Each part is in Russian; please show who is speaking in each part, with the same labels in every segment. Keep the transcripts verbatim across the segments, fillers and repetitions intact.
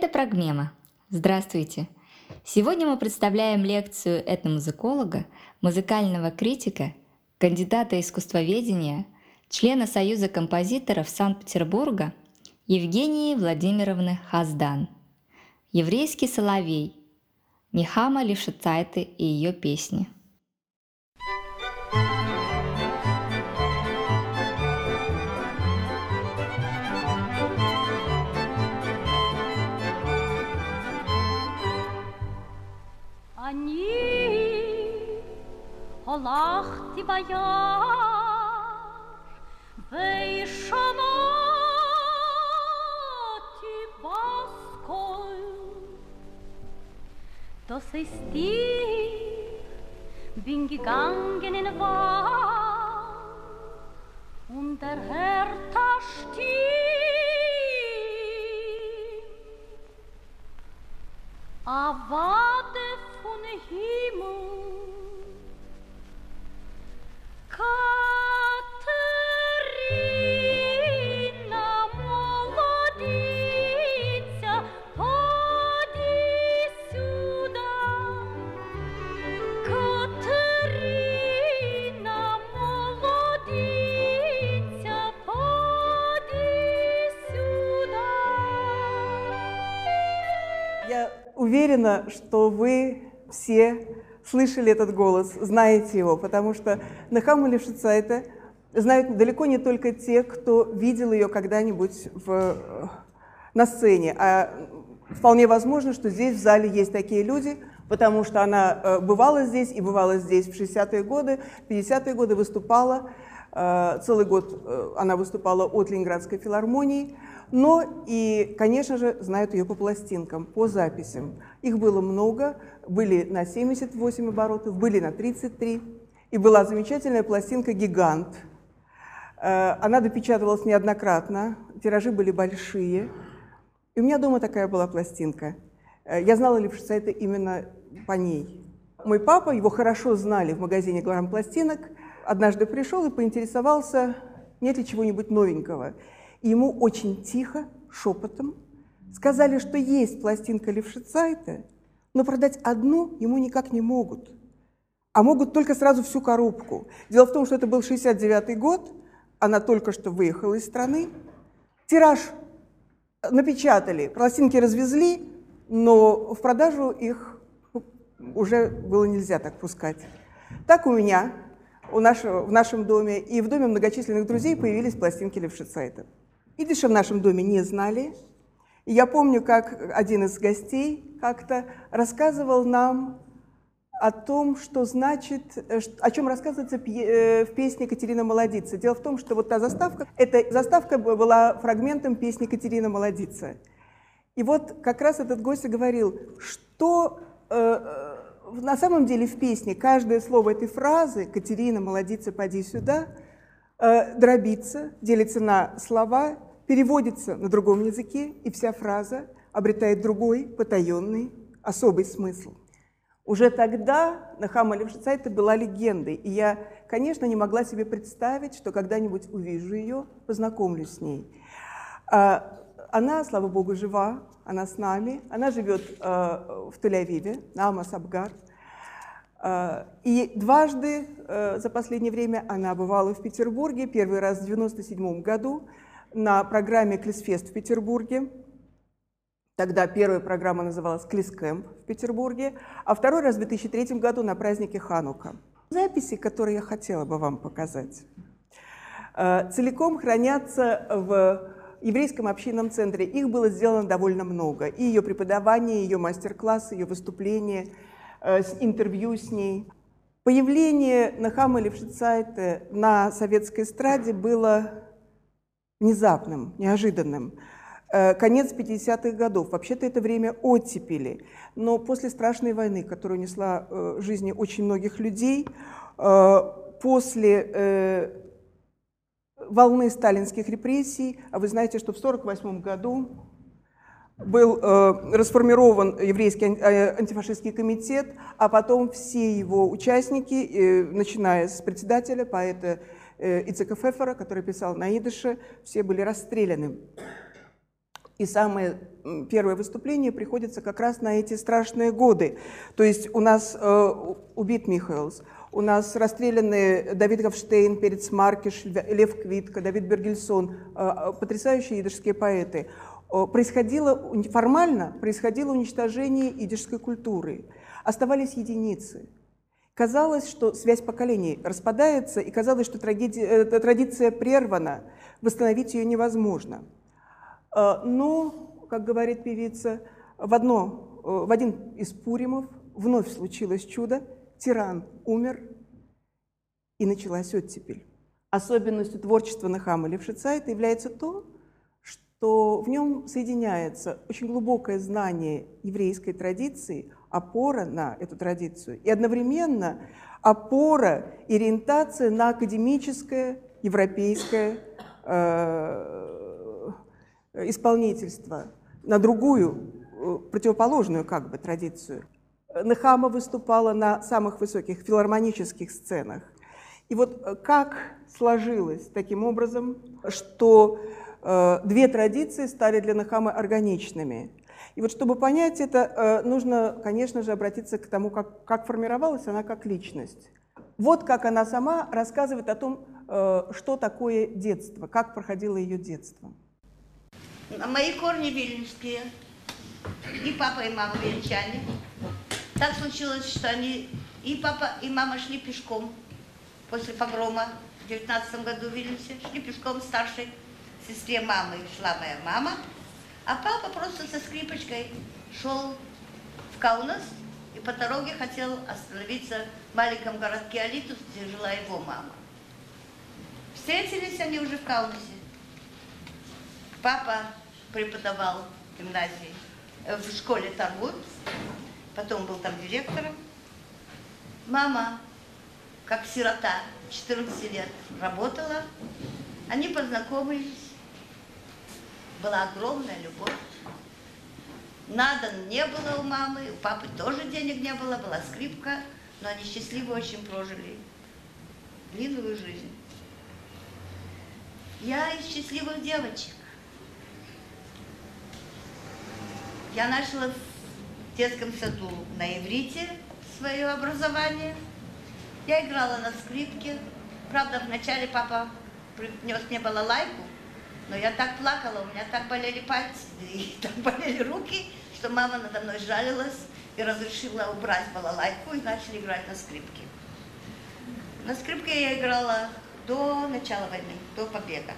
Speaker 1: Это Прогмема. Здравствуйте! Сегодня мы представляем лекцию этномузыколога, музыкального критика, кандидата искусствоведения, члена Союза композиторов Санкт-Петербурга Евгении Владимировны Хаздан. «Еврейский соловей», Нехама Лифшицайте и ее песни.
Speaker 2: אני הלכתי ביער ושמעתי באסקול Das ist dir, bin gegangen in den Wald und der Hertha stieg. A Wade von Himmel, Katerina молодица, поди сюда. Katerina молодица, поди сюда.
Speaker 3: Я уверена, что вы все слышали этот голос, знаете его, потому что Нехаму Лифшицайте знают далеко не только те, кто видел ее когда-нибудь в, на сцене, а вполне возможно, что здесь в зале есть такие люди, потому что она бывала здесь и бывала здесь в шестидесятые годы, в пятидесятые годы выступала, целый год она выступала от Ленинградской филармонии, но и, конечно же, знают ее по пластинкам, по записям. Их было много, были на семьдесят восемь оборотов, были на тридцать три, и была замечательная пластинка «Гигант». Она допечатывалась неоднократно, тиражи были большие, и у меня дома такая была пластинка. Я знала Лифшицайте именно по ней. Мой папа, его хорошо знали в магазине «Грампластинок», однажды пришел и поинтересовался, нет ли чего-нибудь новенького. И ему очень тихо, шепотом сказали, что есть пластинка Лифшицайте, но продать одну ему никак не могут, а могут только сразу всю коробку. Дело в том, что это был шестьдесят девятый год, она только что выехала из страны, тираж напечатали, пластинки развезли, но в продажу их уже было нельзя так пускать. Так у меня, у нашего, в нашем доме и в доме многочисленных друзей появились пластинки Лифшицайте. Идиша в нашем доме не знали. И я помню, как один из гостей как-то рассказывал нам о том, что значит, о чем рассказывается в песне «Катерина Молодица». Дело в том, что вот та заставка, эта заставка была фрагментом песни «Катерина Молодица». И вот как раз этот гость и говорил, что э, на самом деле в песне каждое слово этой фразы «Катерина Молодица, поди сюда» э, дробится, делится на слова, переводится на другом языке, и вся фраза обретает другой, потаенный, особый смысл. Уже тогда Нехама Лифшицайте была легендой, и я, конечно, не могла себе представить, что когда-нибудь увижу ее, познакомлюсь с ней. Она, слава богу, жива, она с нами, она живет в Тель-Авиве, на Амас-Абгар. И дважды за последнее время она бывала в Петербурге, первый раз в девяносто седьмом году на программе «Клисфест» в Петербурге. Тогда первая программа называлась «Клискэмп» в Петербурге, а второй раз в две тысячи третьем году на празднике Ханука. Записи, которые я хотела бы вам показать, целиком хранятся в еврейском общинном центре. Их было сделано довольно много. И ее преподавание, ее мастер-классы, ее выступления, интервью с ней. Появление Нехамы Лифшицайте на советской эстраде было внезапным, неожиданным. Конец пятидесятых годов. Вообще-то это время оттепели. Но после страшной войны, которая унесла жизни очень многих людей, после волны сталинских репрессий, а вы знаете, что в сорок восьмом году был расформирован еврейский антифашистский комитет, а потом все его участники, начиная с председателя, поэта Ицека Фефера, который писал на идыше, все были расстреляны. И самое первое выступление приходится как раз на эти страшные годы. То есть у нас э, убит Михаэлс, у нас расстреляны Давид Гофштейн, Перец Маркиш, Лев Квитко, Давид Бергельсон, э, потрясающие идишские поэты. Происходило, формально происходило уничтожение идишской культуры. Оставались единицы. Казалось, что связь поколений распадается, и казалось, что трагедия, традиция прервана, восстановить ее невозможно. Но, как говорит певица, в, одно, в один из Пуримов вновь случилось чудо, тиран умер, и началась оттепель. Особенностью творчества Нехама Лифшица является то, что в нем соединяется очень глубокое знание еврейской традиции, опора на эту традицию, и одновременно опора и ориентация на академическое европейское э, исполнительство, на другую, э, противоположную как бы традицию. Нехама выступала на самых высоких филармонических сценах. И вот как сложилось таким образом, что э, две традиции стали для Нехамы органичными. И вот чтобы понять это, нужно, конечно же, обратиться к тому, как, как формировалась она как личность. Вот как она сама рассказывает о том, что такое детство, как проходило ее детство.
Speaker 4: Мои корни вильнюсские, и папа, и мама вильнчане. Так случилось, что они, и папа, и мама шли пешком после погрома в девятнадцатом году в Вильнюсе, шли пешком старшей сестре мамы, шла моя мама. А папа просто со скрипочкой шел в Каунас и по дороге хотел остановиться в маленьком городке Алитус, где жила его мама. Встретились они уже в Каунасе. Папа преподавал в гимназии, в школе Таргут, потом был там директором. Мама, как сирота, четырнадцати лет работала. Они познакомились. Была огромная любовь. Надан не было у мамы, у папы тоже денег не было, была скрипка, но они счастливо очень прожили длинную жизнь. Я из счастливых девочек. Я начала в детском саду на иврите свое образование. Я играла на скрипке. Правда, вначале папа принес мне балалайку, но я так плакала, у меня так болели пальцы, и так болели руки, что мама надо мной жалилась и разрешила убрать балалайку, и начали играть на скрипке. На скрипке я играла до начала войны, до побега.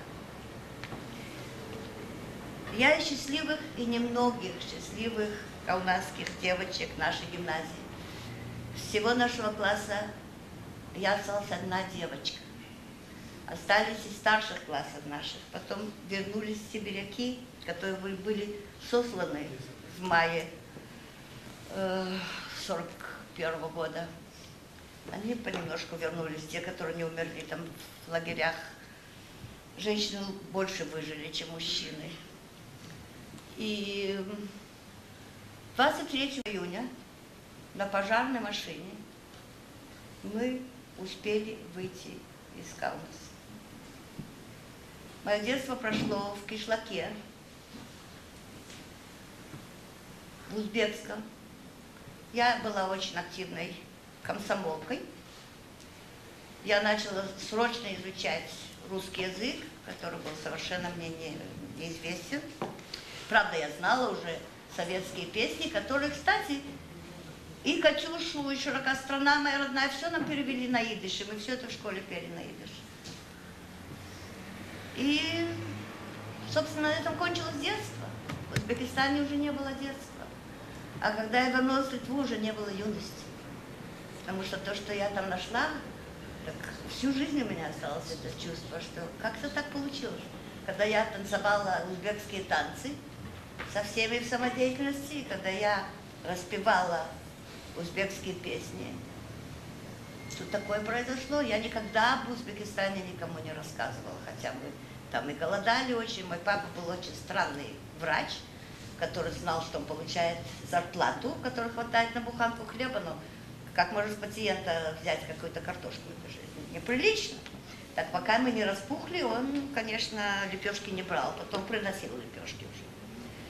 Speaker 4: Я из счастливых и немногих счастливых каунасских девочек нашей гимназии. Всего нашего класса я осталась одна девочка. Остались из старших классов наших. Потом вернулись сибиряки, которые были сосланы в мае сорок первого года. Они понемножку вернулись, те, которые не умерли там в лагерях. Женщины больше выжили, чем мужчины. И двадцать третьего июня на пожарной машине мы успели выйти из Каунаса. Мое детство прошло в Кишлаке, в Узбекском. Я была очень активной комсомолкой. Я начала срочно изучать русский язык, который был совершенно мне не, неизвестен. Правда, я знала уже советские песни, которые, кстати, и «Катюшу», и «Широка страна моя родная», все нам перевели на идиш, и мы все это в школе пели на идиш. И, собственно, на этом кончилось детство. В Узбекистане уже не было детства. А когда я вернулась в Литву, уже не было юности. Потому что то, что я там нашла, так всю жизнь у меня осталось это чувство, что как-то так получилось. Когда я танцевала узбекские танцы со всеми в самодеятельности, и когда я распевала узбекские песни, что такое произошло, я никогда об Узбекистане никому не рассказывала, хотя мы там и голодали очень. Мой папа был очень странный врач, который знал, что он получает зарплату, которой хватает на буханку хлеба, но как может с пациента взять какую-то картошку, это же неприлично. Так пока мы не распухли, он, конечно, лепешки не брал, потом приносил лепешки уже.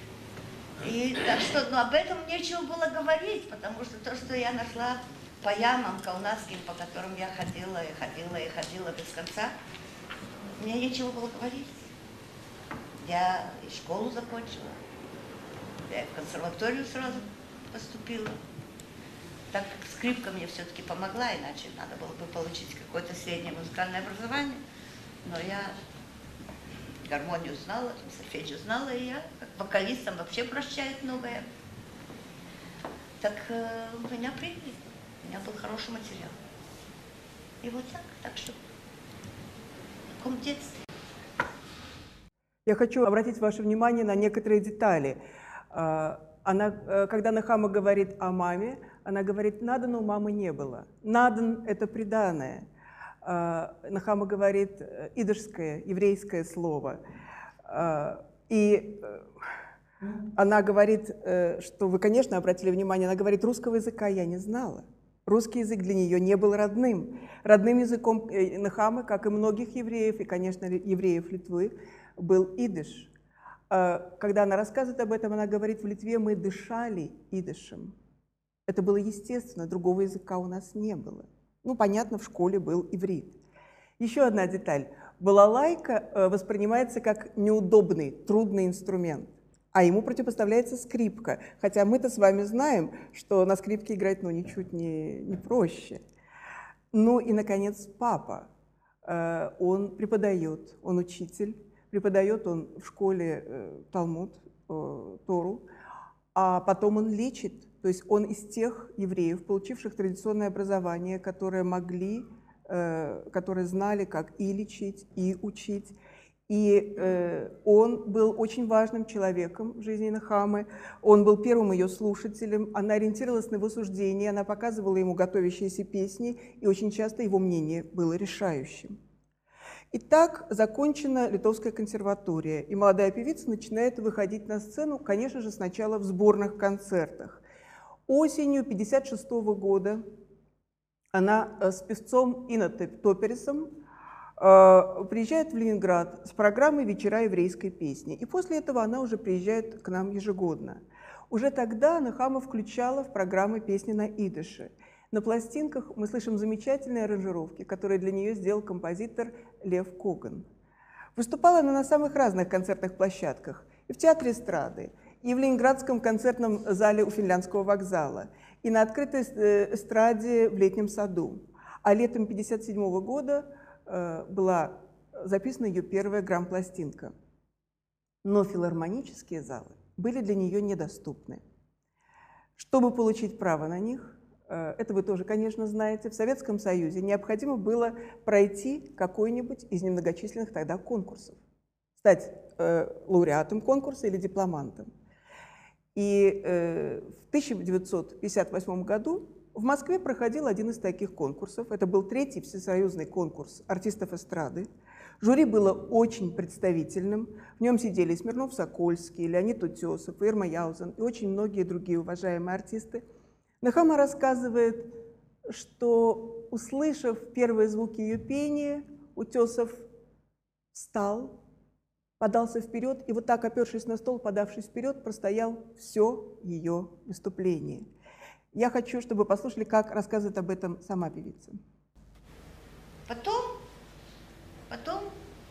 Speaker 4: И так что, ну, об этом нечего было говорить, потому что то, что я нашла по ямам каунасским, по которым я ходила и ходила и ходила без конца, мне нечего было говорить. Я и школу закончила, я и в консерваторию сразу поступила. Так как скрипка мне все-таки помогла, иначе надо было бы получить какое-то среднее музыкальное образование. Но я гармонию знала, сольфеджио знала, и я как вокалистам вообще прощает многое. Так э, меня приняли, у меня был хороший материал. И вот так, так что в таком детстве.
Speaker 3: Я хочу обратить ваше внимание на некоторые детали. Она, когда Нехама говорит о маме, она говорит, Надан у мамы не было. Надан – это приданое. Нехама говорит идышское, еврейское слово. И она говорит, что вы, конечно, обратили внимание, она говорит, русского языка я не знала. Русский язык для нее не был родным. Родным языком Нехамы, как и многих евреев, и, конечно, евреев Литвы, был идыш. Когда она рассказывает об этом, она говорит, в Литве мы дышали идышем. Это было естественно, другого языка у нас не было. Ну, понятно, в школе был иврит. Еще одна деталь. Балалайка воспринимается как неудобный, трудный инструмент, а ему противопоставляется скрипка. Хотя мы-то с вами знаем, что на скрипке играть ну, ничуть не, не проще. Ну и, наконец, папа. Он преподает, он учитель. Преподает он в школе э, Талмуд, э, Тору, а потом он лечит. То есть он из тех евреев, получивших традиционное образование, которые могли, э, которые знали, как и лечить, и учить. И э, он был очень важным человеком в жизни Нехамы. Он был первым ее слушателем. Она ориентировалась на его суждения, она показывала ему готовящиеся песни, и очень часто его мнение было решающим. Итак, закончена Литовская консерватория, и молодая певица начинает выходить на сцену, конечно же, сначала в сборных концертах. Осенью тысяча девятьсот пятьдесят шестого года она с певцом Ино Топерисом приезжает в Ленинград с программой «Вечера еврейской песни», и после этого она уже приезжает к нам ежегодно. Уже тогда Нехама включала в программы песни на идыше. На пластинках мы слышим замечательные аранжировки, которые для нее сделал композитор Лев Коган. Выступала она на самых разных концертных площадках, и в Театре эстрады, и в Ленинградском концертном зале у Финляндского вокзала, и на открытой эстраде в Летнем саду. А летом тысяча девятьсот пятьдесят седьмого года э, была записана ее первая грамм-пластинка. Но филармонические залы были для нее недоступны. Чтобы получить право на них, это вы тоже, конечно, знаете, в Советском Союзе необходимо было пройти какой-нибудь из немногочисленных тогда конкурсов, стать э, лауреатом конкурса или дипломантом. И э, в тысяча девятьсот пятьдесят восьмом году в Москве проходил один из таких конкурсов. Это был третий всесоюзный конкурс артистов эстрады. Жюри было очень представительным. В нем сидели Смирнов-Сокольский, Леонид Утесов, Ирма Яузен и очень многие другие уважаемые артисты. Нехама рассказывает, что, услышав первые звуки ее пения, Утесов встал, подался вперед и вот так, опершись на стол, подавшись вперед, простоял все ее выступление. Я хочу, чтобы послушали, как рассказывает об этом сама певица.
Speaker 4: Потом, потом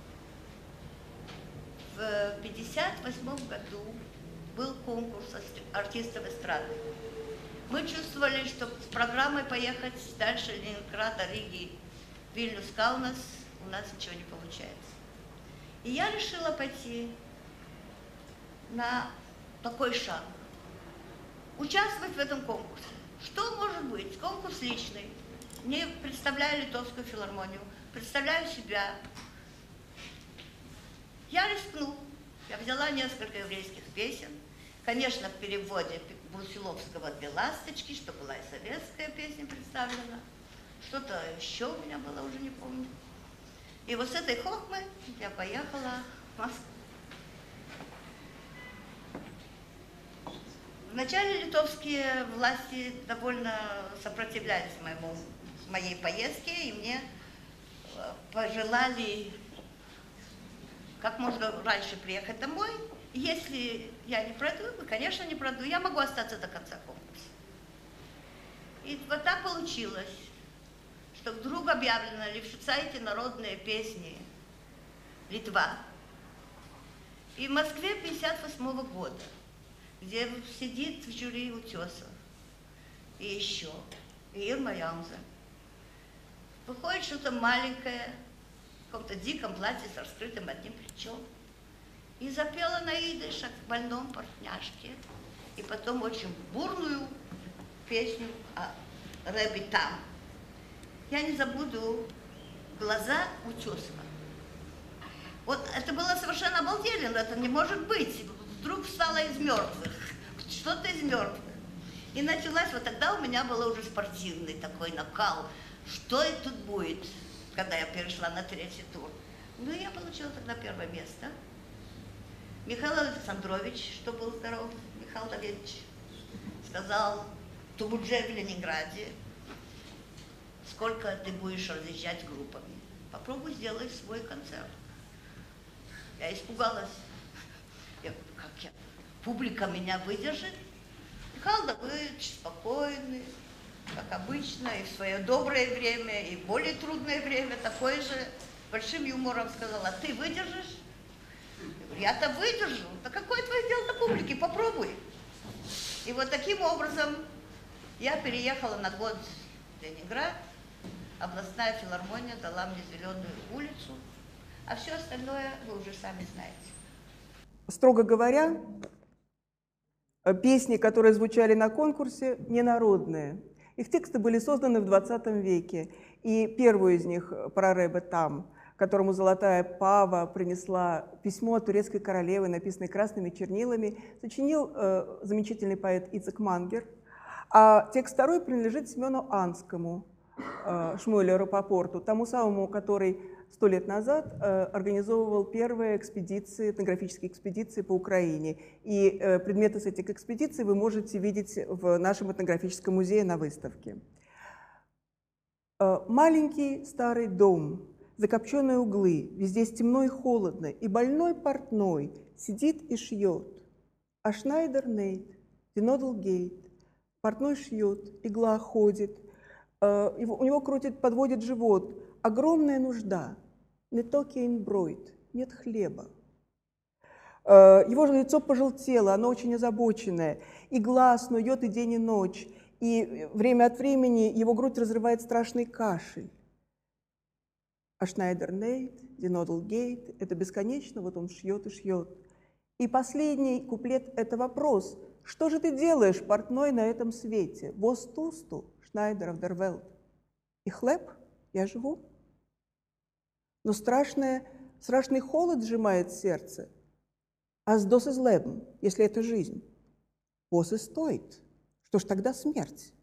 Speaker 4: в пятьдесят восьмом году был конкурс артистов эстрады. Мы чувствовали, что с программой поехать дальше Ленинграда, Риги, Вильнюс, Каунас у нас ничего не получается. И я решила пойти на такой шаг. Участвовать в этом конкурсе. Что может быть? Конкурс личный. Не представляю Литовскую филармонию, представляю себя. Я рискну. Я взяла несколько еврейских песен. Конечно, в переводе Брусиловского «Две ласточки», что была и советская песня представлена. Что-то еще у меня было, уже не помню. И вот с этой хохмы я поехала в Москву. Вначале литовские власти довольно сопротивлялись моему, моей поездке, и мне пожелали как можно раньше приехать домой если я не пройду, ну, конечно, не пройду, я могу остаться до конца конкурса. И вот так получилось, что вдруг объявлено Левшицайте народные песни Литва. И в Москве пятьдесят восьмого года, где сидит в жюри Утесов, и еще, и Ирма Яунзе, выходит что-то маленькое, в каком-то диком платье с раскрытым одним плечом, и запела на идиш о больном портняшке, и потом очень бурную песню о Рэбе там. Я не забуду глаза Утесова. Вот это было совершенно обалденно, это не может быть. Вдруг встала из мертвых, что-то из мертвых. И началась, вот тогда у меня был уже спортивный такой накал. Что это тут будет, когда я перешла на третий тур? Ну, я получила тогда первое место. Михаил Александрович, что был здоров, Михаил Давидович, сказал, Тубудже в Ленинграде, сколько ты будешь разъезжать группами. Попробуй сделай свой концерт. Я испугалась. Я, как я? Публика меня выдержит? Михаил Давыдович спокойный, как обычно, и в свое доброе время, и в более трудное время, такой же, большим юмором сказал, а ты выдержишь? Я говорю, я-то выдержу. Да какое твое дело до публики? Попробуй. И вот таким образом я переехала на год в Ленинград, областная филармония дала мне зеленую улицу, а все остальное вы уже сами знаете.
Speaker 3: Строго говоря, песни, которые звучали на конкурсе, не народные. Их тексты были созданы в двадцатом веке. И первую из них, про Рэбе там, которому золотая пава принесла письмо от турецкой королевы, написанное красными чернилами, сочинил э, замечательный поэт Ицек Мангер. А текст второй принадлежит Семену Анскому, э, Шмуэлю Рапопорту, тому самому, который сто лет назад э, организовывал первые экспедиции, этнографические экспедиции по Украине. И э, предметы с этих экспедиций вы можете видеть в нашем этнографическом музее на выставке. Э, маленький старый дом, закопченные углы, везде темно и холодно, и больной портной сидит и шьет. А Шнайдер нейт, Динодл гейт, портной шьет, игла ходит, э, его, у него крутит, подводит живот, огромная нужда. Не токейн бройд, нет хлеба. Его же лицо пожелтело, оно очень озабоченное. Игла снует и день, и ночь. И время от времени его грудь разрывает страшный кашель. А Шнайдер нейт, Динодл гейт, это бесконечно, вот он шьет и шьет. И последний куплет – это вопрос. Что же ты делаешь, портной, на этом свете? Вос тусту, Шнайдер дер Велт. И хлеб, я живу. Но страшное, страшный холод сжимает сердце. А с дос из лебн, если это жизнь, вос и стоит. Что ж тогда смерть?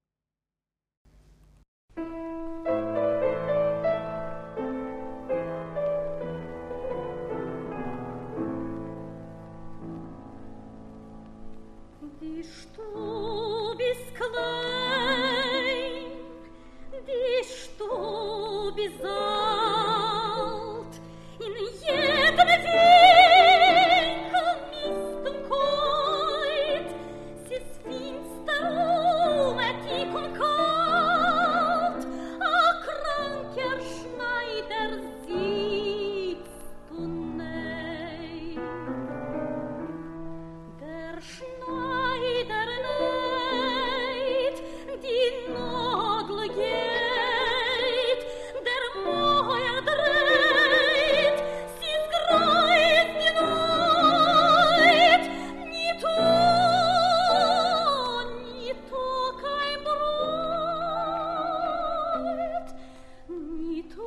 Speaker 2: Die Stub ist klein, die Stub ist alt, in jedem Winkel Mist und Keut, sie ist finster, unmächtig und kalt, a kranker Schneider sitzt und näht. Der Schneider näht, die Nadel geht, der Meier dreht, sie greift die Neid, nie tu, nie tu kein Brot, nie tu,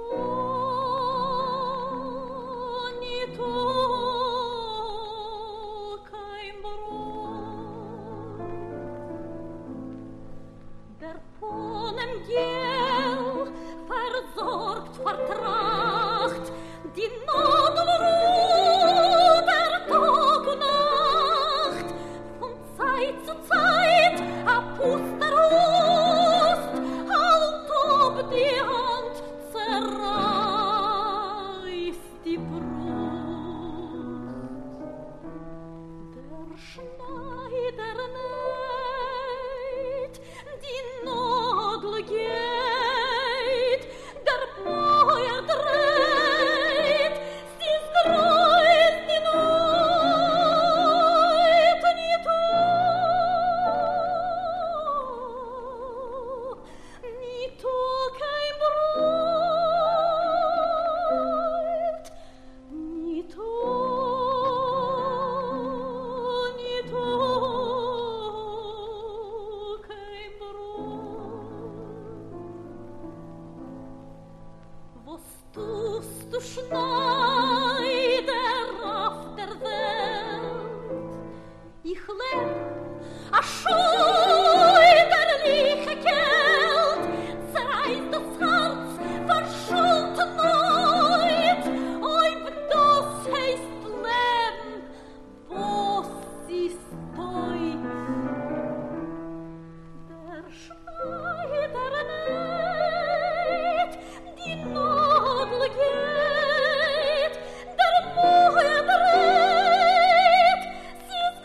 Speaker 2: nie tu kein Brot. Der Ponengel versorgt, vertracht, die Nadel rudert Tag und Nacht, von Zeit zu Zeit a Pusterhust, halt ob die Hand zerreißt die Brust. Lust du Schneider auf der Welt. Ich leb a scheuderliche Kält, zerreißt das Herz, verschult Neut. Ob das heißt Leben, was ist Deut? Der Schneider näht, die Nadel geht, der Mohe dreht, sie ist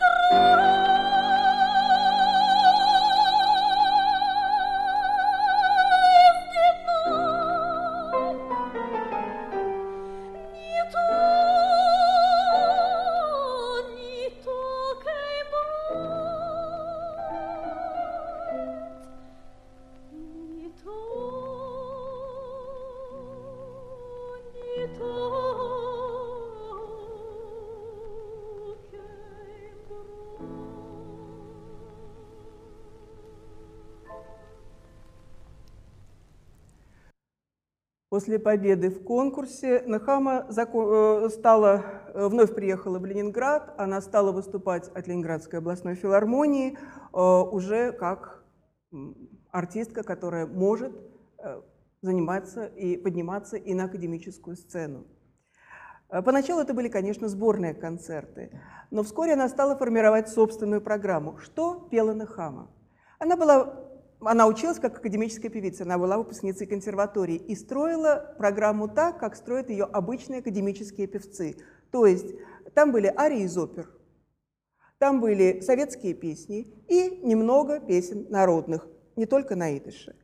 Speaker 3: После победы в конкурсе Нехама стала, вновь приехала в Ленинград, она стала выступать от Ленинградской областной филармонии уже как артистка, которая может заниматься и подниматься и на академическую сцену. Поначалу это были, конечно, сборные концерты, но вскоре она стала формировать собственную программу. Что пела Нехама? Она была... Она училась как академическая певица, она была выпускницей консерватории и строила программу так, как строят ее обычные академические певцы. То есть там были арии из опер, там были советские песни и немного песен народных, не только на идыше.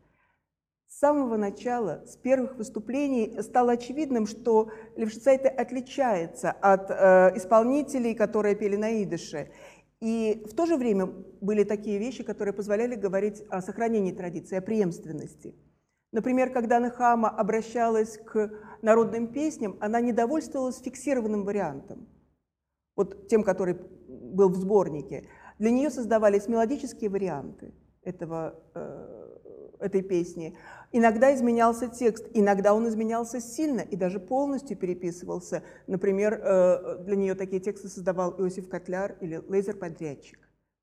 Speaker 3: С самого начала, с первых выступлений, стало очевидным, что Лифшицайте отличается от э, исполнителей, которые пели на идыше. И в то же время были такие вещи, которые позволяли говорить о сохранении традиции, о преемственности. Например, когда Нехама обращалась к народным песням, она не довольствовалась фиксированным вариантом, вот тем, который был в сборнике. Для нее создавались мелодические варианты этого, э, этой песни. Иногда изменялся текст, иногда он изменялся сильно и даже полностью переписывался. Например, для нее такие тексты создавал Иосиф Котляр или Лейзер-подрядчик.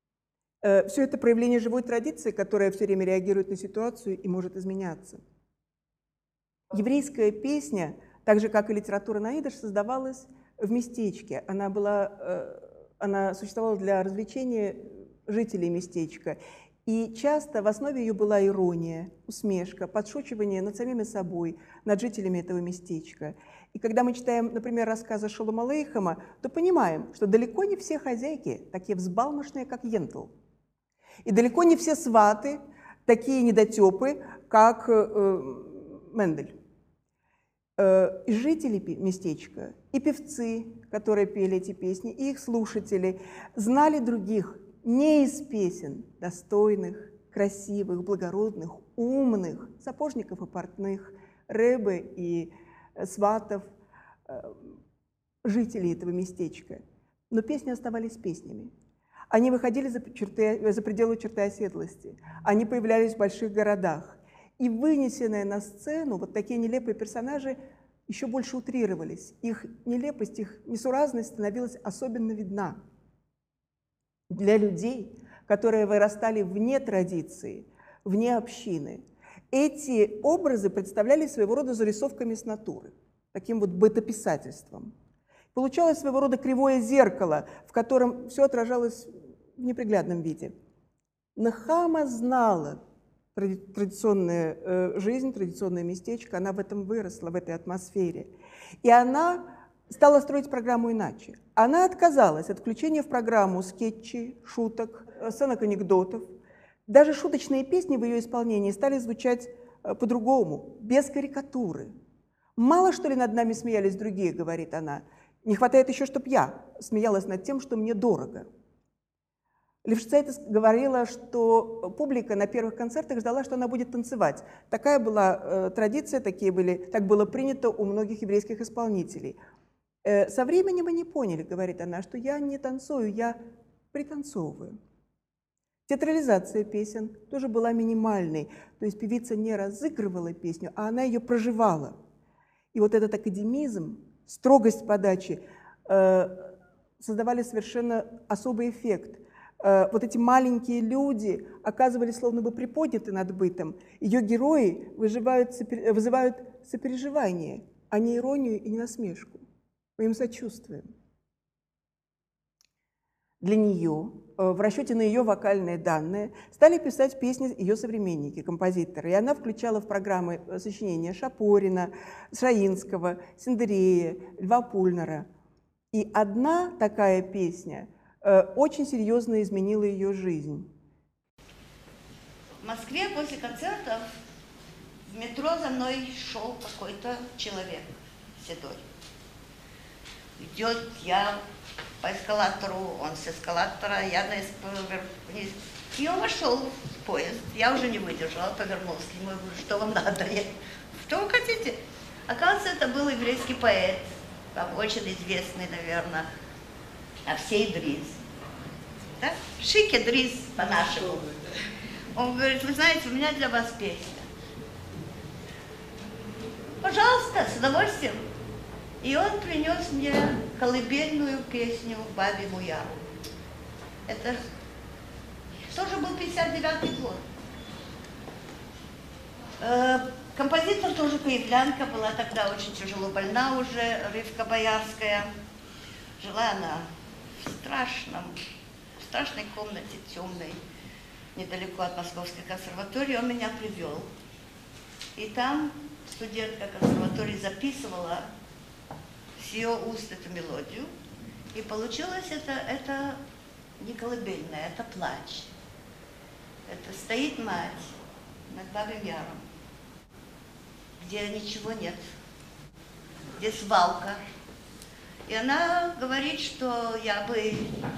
Speaker 3: Все это проявление живой традиции, которая все время реагирует на ситуацию и может изменяться. Еврейская песня, так же как и литература на идыш, создавалась в местечке. Она, была, она существовала для развлечения жителей местечка. И часто в основе ее была ирония, усмешка, подшучивание над самими собой, над жителями этого местечка. И когда мы читаем, например, рассказы Шолома Алейхема, то понимаем, что далеко не все хозяйки такие взбалмошные, как Йентл. И далеко не все сваты такие недотепы, как э, Мендель. Э, и жители местечка, и певцы, которые пели эти песни, и их слушатели знали других, не из песен достойных, красивых, благородных, умных, сапожников и портных, рэбы и сватов, жителей этого местечка. Но песни оставались песнями. Они выходили за, черты, за пределы черты оседлости, они появлялись в больших городах. И вынесенные на сцену вот такие нелепые персонажи еще больше утрировались. Их нелепость, их несуразность становилась особенно видна. Для людей, которые вырастали вне традиции, вне общины, эти образы представлялись своего рода зарисовками с натуры, таким вот бытописательством. Получалось своего рода кривое зеркало, в котором все отражалось в неприглядном виде. Нехама знала традиционную э, жизнь, традиционное местечко, она в этом выросла, в этой атмосфере. И она стала строить программу иначе. Она отказалась от включения в программу скетчей, шуток, сценок анекдотов. Даже шуточные песни в ее исполнении стали звучать по-другому, без карикатуры. «Мало, что ли, над нами смеялись другие», — говорит она. «Не хватает еще, чтобы я смеялась над тем, что мне дорого». Лифшицайте говорила, что публика на первых концертах ждала, что она будет танцевать. Такая была э, традиция, такие были, так было принято у многих еврейских исполнителей. Э, со временем они поняли, говорит она, что я не танцую, я пританцовываю. Театрализация песен тоже была минимальной, то есть певица не разыгрывала песню, а она ее проживала. И вот этот академизм, строгость подачи э, создавали совершенно особый эффект. Э, вот эти маленькие люди оказывались словно бы приподняты над бытом. Ее герои выживают, сопер... вызывают сопереживание, а не иронию и не насмешку. Мы им сочувствуем. Для нее, в расчете на ее вокальные данные, стали писать песни ее современники, композиторы. И она включала в программы сочинения Шапорина, Шаинского, Сендерея, Льва Пульнера. И одна такая песня очень серьезно изменила ее жизнь.
Speaker 4: В Москве после концертов в метро за мной шел какой-то человек седой. Идет, я по эскалатору, он с эскалатора, я на эскалатор вниз. И он вошел в поезд. Я уже не выдержала, повернулась к нему и говорю, что вам надо? Я, что вы хотите? Оказывается, это был еврейский поэт, там очень известный, наверное, Овсей Дриз. Да? Шике Дриз по-нашему. Он говорит, вы знаете, у меня для вас песня. Пожалуйста, с удовольствием. И он принес мне колыбельную песню «Бабьему Яру». Это тоже был пятьдесят девятый год. Э, композитор тоже киевлянка, была тогда очень тяжело больна уже, Ривка Боярская. Жила она в страшном, в страшной комнате темной, недалеко от Московской консерватории. Он меня привел. И там студентка консерватории записывала с ее уст эту мелодию, и получилось это, это не колыбельное, это плач. Это стоит мать над Бабьим Яром, где ничего нет, где свалка. И она говорит, что я бы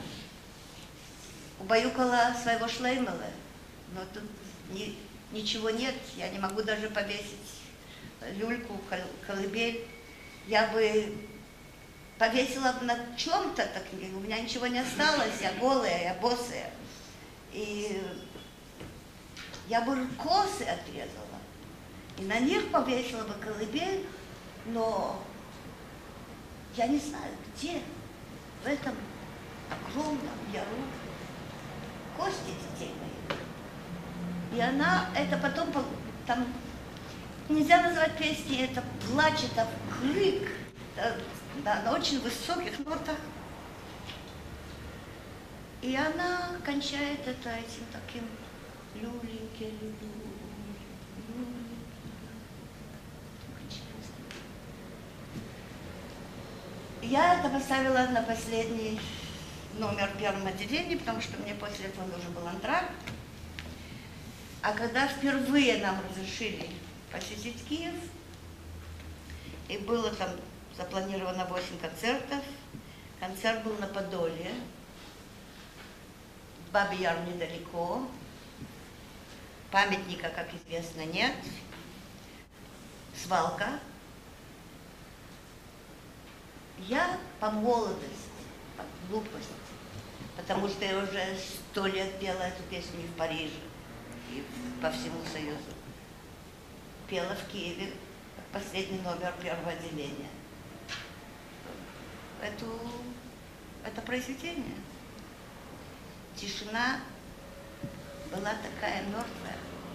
Speaker 4: убаюкала своего Шлеймела, но тут ни, ничего нет, я не могу даже повесить люльку, колыбель. Я бы повесила на чем-то, так, у меня ничего не осталось, я голая, я босая. И я бы косы отрезала, и на них повесила бы колыбель, но я не знаю, где, в этом огромном яру кости детей моих. И она, это потом, там, нельзя назвать песней, это плач, это крик, это, да, на очень высоких нотах. И она кончает это этим таким люленьке, люленьке, люленьке. Я это поставила на последний номер в первом отделении, потому что мне после этого нужен был антракт. А когда впервые нам разрешили посетить Киев, и было там запланировано восемь концертов. Концерт был на Подоле, Бабий Яр недалеко, памятника, как известно, нет, свалка. Я по молодости, по глупости, потому что я уже сто лет пела эту песню и в Париже, и по всему Союзу. Пела в Киеве, последний номер первого отделения. Эту, это произведение. Тишина была такая мертвая,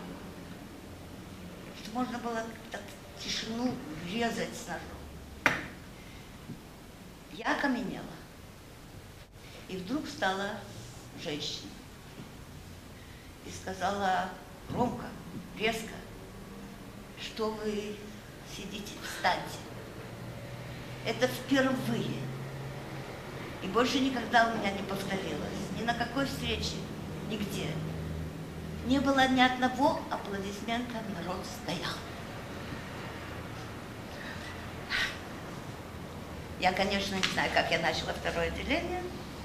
Speaker 4: что можно было так тишину резать с ножом. Я окаменела. И вдруг встала женщина и сказала громко, резко, что вы сидите, встаньте. Это впервые. И больше никогда у меня не повторилось. Ни на какой встрече, нигде. Не было ни одного аплодисмента, народ стоял. Я, конечно, не знаю, как я начала второе отделение.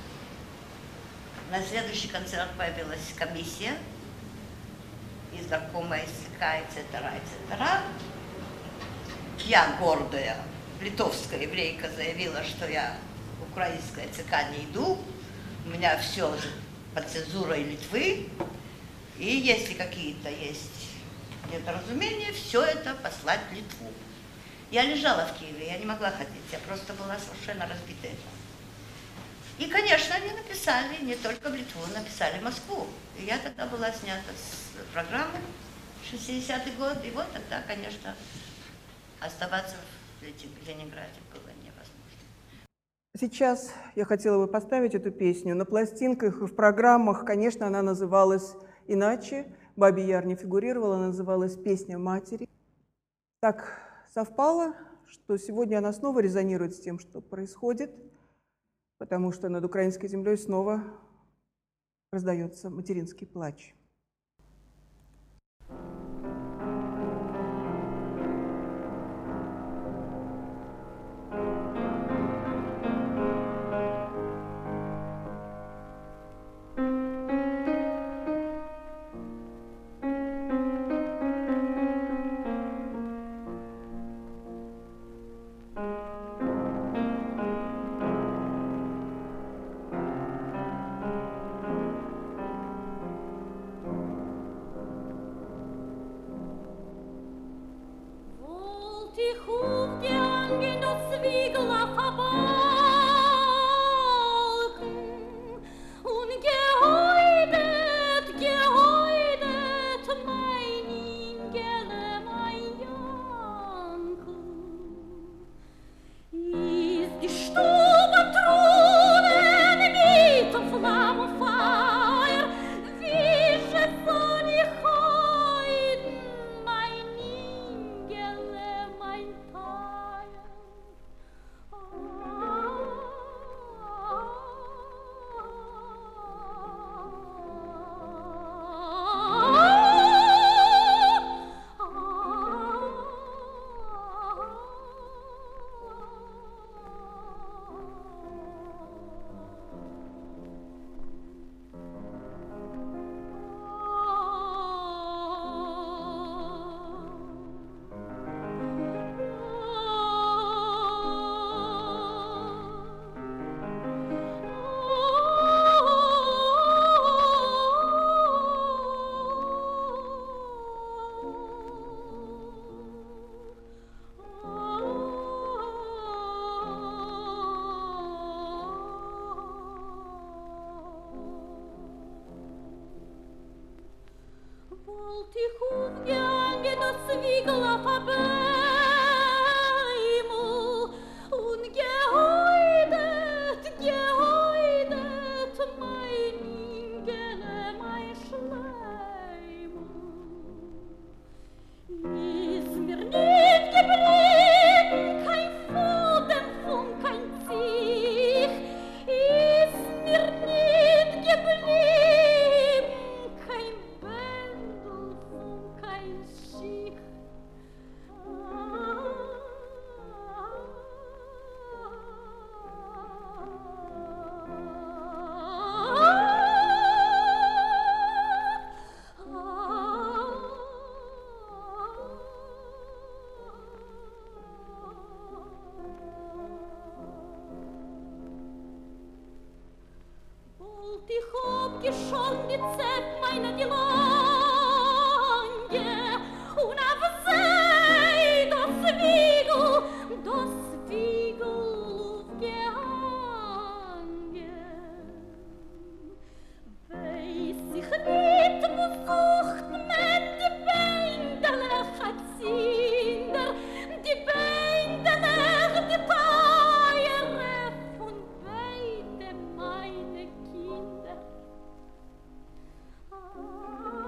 Speaker 4: На следующий концерт появилась комиссия из горкома СК, et cetera, et cetera. Я, гордая литовская еврейка, заявила, что я в украинское ЦК не иду. У меня все под цензурой Литвы. И если какие-то есть недоразумения, все это послать в Литву. Я лежала в Киеве, я не могла ходить, я просто была совершенно разбитая. И, конечно, они написали не только в Литву, написали в Москву. И я тогда была снята с программы, шестидесятый год, и вот тогда, конечно, оставаться в Ленинграде было невозможно.
Speaker 3: Сейчас я хотела бы поставить эту песню. На пластинках и в программах, конечно, она называлась иначе. «Бабий Яр» не фигурировала, она называлась «Песня матери». Так совпало, что сегодня она снова резонирует с тем, что происходит, потому что над украинской землей снова раздается материнский плач.
Speaker 2: Ah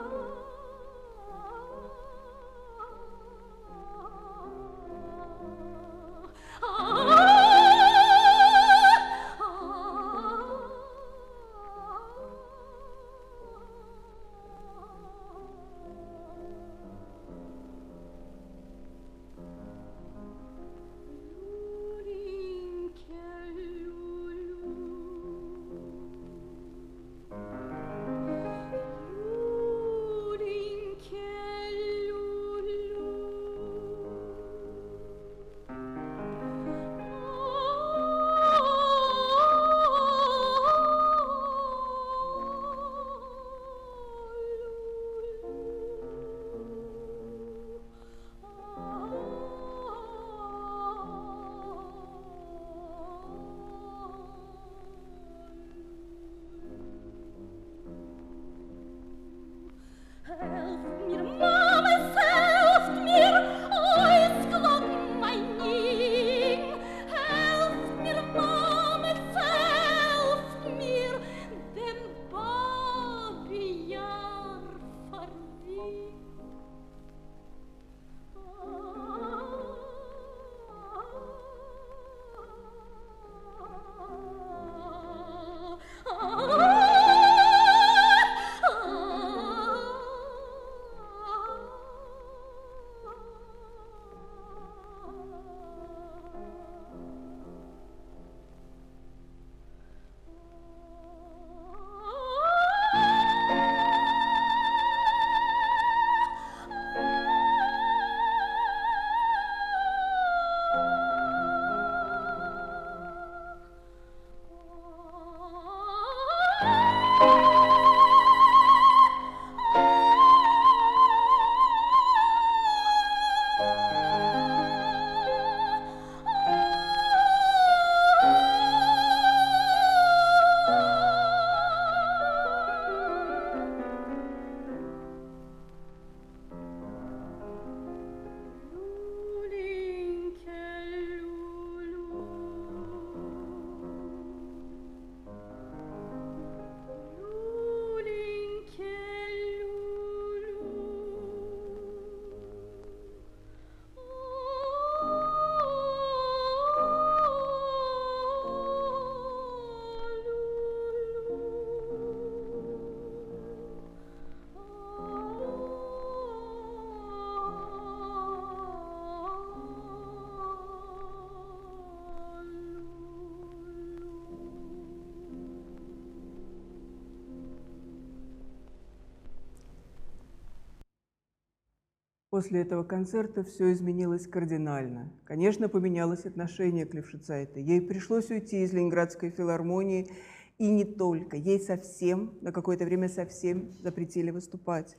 Speaker 3: После этого концерта все изменилось кардинально. Конечно, поменялось отношение к Лившицайте. Ей пришлось уйти из Ленинградской филармонии, и не только. Ей совсем, на какое-то время совсем запретили выступать.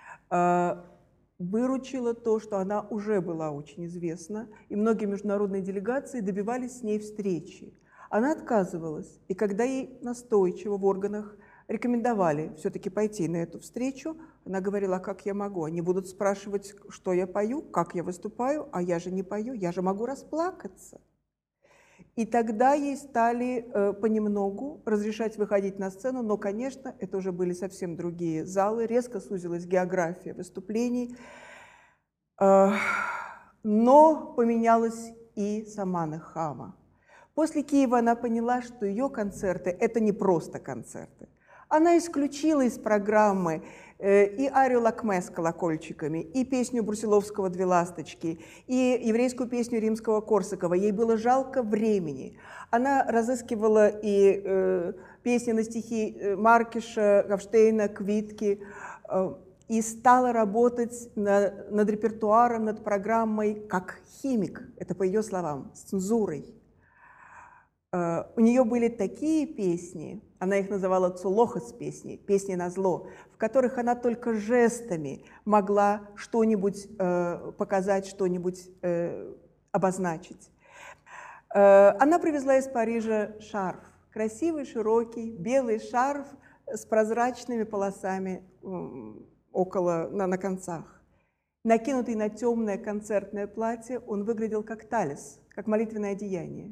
Speaker 3: Выручило то, что она уже была очень известна, и многие международные делегации добивались с ней встречи. Она отказывалась, и когда ей настойчиво в органах рекомендовали все-таки пойти на эту встречу, она говорила: как я могу? Они будут спрашивать, что я пою, как я выступаю, а я же не пою, я же могу расплакаться. И тогда ей стали э, понемногу разрешать выходить на сцену, но, конечно, это уже были совсем другие залы, резко сузилась география выступлений, э, но поменялась и сама Нехама. После Киева она поняла, что ее концерты – это не просто концерты. Она исключила из программы и арию Лакме с колокольчиками, и песню Брусиловского «Две ласточки», и еврейскую песню Римского-Корсакова. Ей было жалко времени. Она разыскивала и э, песни на стихи Маркиша, Гавштейна, Квитки, э, и стала работать на, над репертуаром, над программой как химик, это по ее словам, с цензурой. Uh, у нее были такие песни, она их называла цулохас песни, песни на зло, в которых она только жестами могла что-нибудь uh, показать, что-нибудь uh, обозначить. Uh, она привезла из Парижа шарф, красивый, широкий, белый шарф с прозрачными полосами um, около, на, на концах. Накинутый на темное концертное платье, он выглядел как талис, как молитвенное одеяние.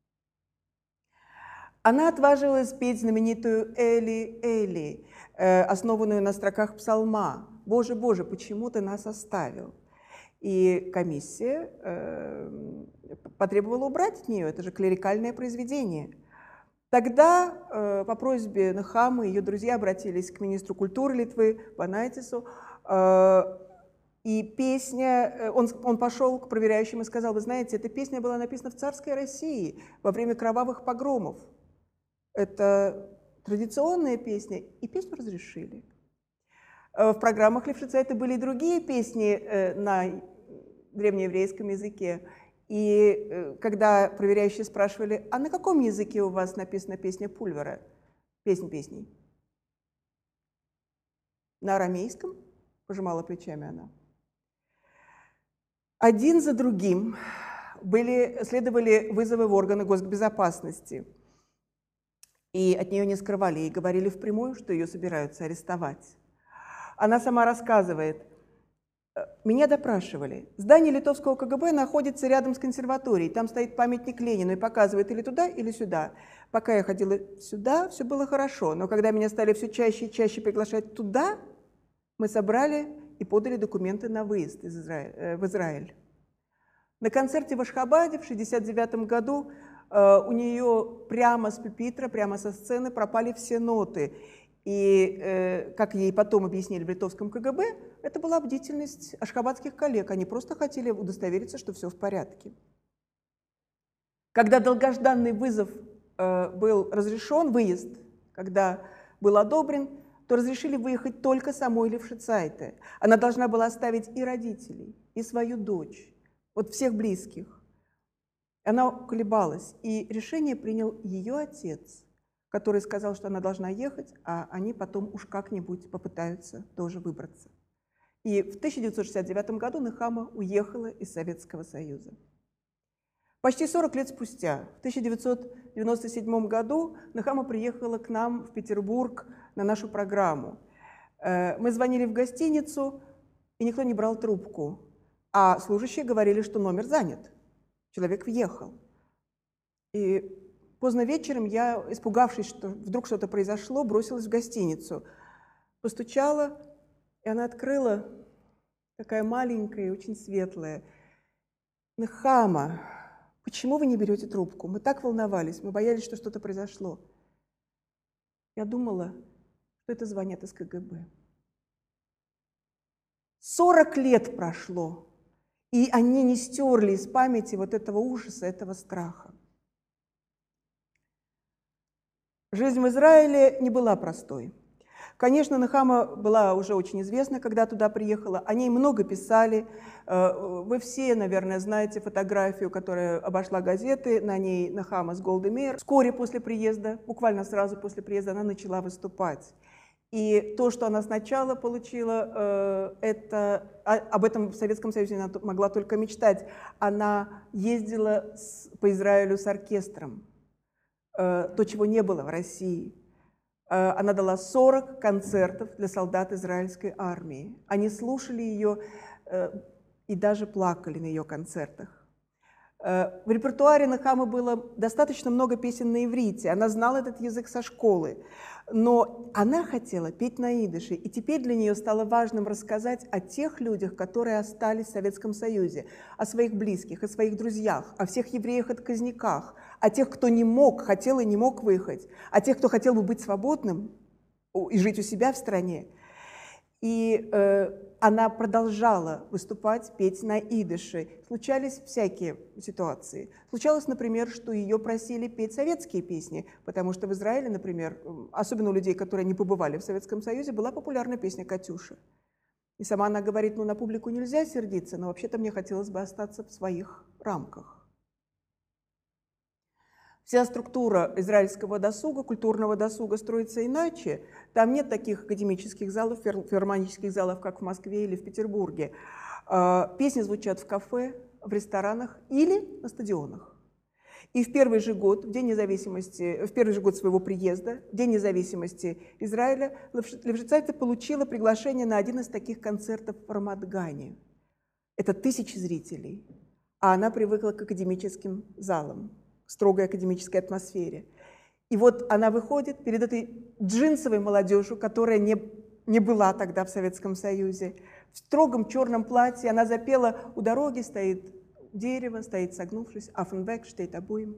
Speaker 3: Она отважилась петь знаменитую «Эли, Эли», основанную на строках псалма «Боже, Боже, почему ты нас оставил?». И комиссия э, потребовала убрать от нее, это же клерикальное произведение. Тогда э, по просьбе Нехамы ее друзья обратились к министру культуры Литвы Банайтису, э, и песня, он, он пошел к проверяющим и сказал: вы знаете, эта песня была написана в царской России во время кровавых погромов. Это традиционная песня, и песню разрешили. В программах Лившицайте были и другие песни на древнееврейском языке. И когда проверяющие спрашивали: а на каком языке у вас написана песня Пульвера? Песнь песней. На арамейском? Пожимала плечами она. Один за другим были, следовали вызовы в органы госбезопасности. И от нее не скрывали, ей говорили впрямую, что ее собираются арестовать. Она сама рассказывает: меня допрашивали. Здание литовского ка гэ бэ находится рядом с консерваторией. Там стоит памятник Ленину и показывает или туда, или сюда. Пока я ходила сюда, все было хорошо. Но когда меня стали все чаще и чаще приглашать туда, мы собрали и подали документы на выезд из Израиля, в Израиль. На концерте в Ашхабаде в шестьдесят девятом году у нее прямо с пюпитра, прямо со сцены пропали все ноты. И, как ей потом объяснили в литовском ка гэ бэ, это была бдительность ашхабадских коллег. Они просто хотели удостовериться, что все в порядке. Когда долгожданный вызов был разрешен, выезд, когда был одобрен, то разрешили выехать только самой Лившицайте. Она должна была оставить и родителей, и свою дочь, вот всех близких. Она колебалась, и решение принял ее отец, который сказал, что она должна ехать, а они потом уж как-нибудь попытаются тоже выбраться. И в тысяча девятьсот шестьдесят девятом году Нехама уехала из Советского Союза. Почти сорок лет спустя, в тысяча девятьсот девяносто седьмом году, Нехама приехала к нам в Петербург на нашу программу. Мы звонили в гостиницу, и никто не брал трубку, а служащие говорили, что номер занят. Человек въехал. И поздно вечером я, испугавшись, что вдруг что-то произошло, бросилась в гостиницу. Постучала, и она открыла, такая маленькая и очень светлая. «Нехама, почему вы не берете трубку? Мы так волновались, мы боялись, что что-то произошло». Я думала, что это звонят из ка гэ бэ. Сорок лет прошло. И они не стерли из памяти вот этого ужаса, этого страха. Жизнь в Израиле не была простой. Конечно, Нехама была уже очень известна, когда туда приехала. О ней много писали. Вы все, наверное, знаете фотографию, которая обошла газеты. На ней Нехама с Голдой Меир. Вскоре после приезда, буквально сразу после приезда, она начала выступать. И то, что она сначала получила, это, об этом в Советском Союзе она могла только мечтать. Она ездила с, по Израилю с оркестром, то, чего не было в России. Она дала сорок концертов для солдат израильской армии. Они слушали ее и даже плакали на ее концертах. В репертуаре Нехамы было достаточно много песен на иврите. Она знала этот язык со школы. Но она хотела петь на идыше. И теперь для нее стало важным рассказать о тех людях, которые остались в Советском Союзе, о своих близких, о своих друзьях, о всех евреях-отказниках, о тех, кто не мог, хотел и не мог выехать, о тех, кто хотел бы быть свободным и жить у себя в стране. И э, она продолжала выступать, петь на идыше. Случались всякие ситуации. Случалось, например, что ее просили петь советские песни, потому что в Израиле, например, особенно у людей, которые не побывали в Советском Союзе, была популярна песня «Катюша». И сама она говорит, ну, на публику нельзя сердиться, но вообще-то мне хотелось бы остаться в своих рамках. Вся структура израильского досуга, культурного досуга строится иначе. Там нет таких академических залов, филармонических залов, как в Москве или в Петербурге. Песни звучат в кафе, в ресторанах или на стадионах. И в первый же год, в День независимости, в первый же год своего приезда, в День независимости Израиля, Левшицайте получила приглашение на один из таких концертов в Рамат-Гане. Это тысячи зрителей, а она привыкла к академическим залам, к строгой академической атмосфере. И вот она выходит перед этой джинсовой молодежью, которая не, не была тогда в Советском Союзе, в строгом черном платье. Она запела «У дороги стоит дерево, стоит согнувшись, афенвек штейт обоим».